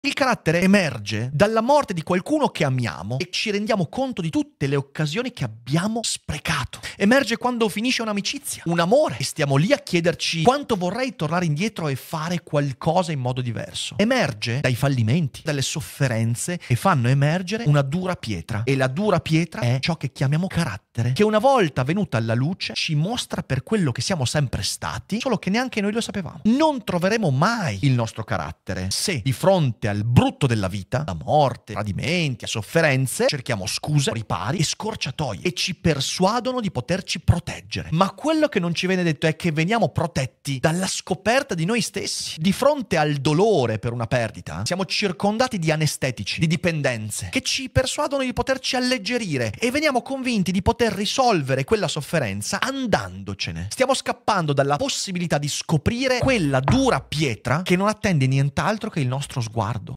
Il carattere emerge dalla morte di qualcuno che amiamo e ci rendiamo conto di tutte le occasioni che abbiamo sprecato. Emerge quando finisce un'amicizia, un amore e stiamo lì a chiederci quanto vorrei tornare indietro e fare qualcosa in modo diverso. Emerge dai fallimenti, dalle sofferenze e fanno emergere una dura pietra. E la dura pietra è ciò che chiamiamo carattere, che una volta venuta alla luce ci mostra per quello che siamo sempre stati, solo che neanche noi lo sapevamo. Non troveremo mai il nostro carattere se di fronte al brutto della vita, a morte, tradimenti, a sofferenze, cerchiamo scuse, ripari e scorciatoie e ci persuadono di poterci proteggere. Ma quello che non ci viene detto è che veniamo protetti dalla scoperta di noi stessi. Di fronte al dolore per una perdita, siamo circondati di anestetici, di dipendenze, che ci persuadono di poterci alleggerire e veniamo convinti di poter risolvere quella sofferenza andandocene. Stiamo scappando dalla possibilità di scoprire quella dura pietra che non attende nient'altro che il nostro sguardo.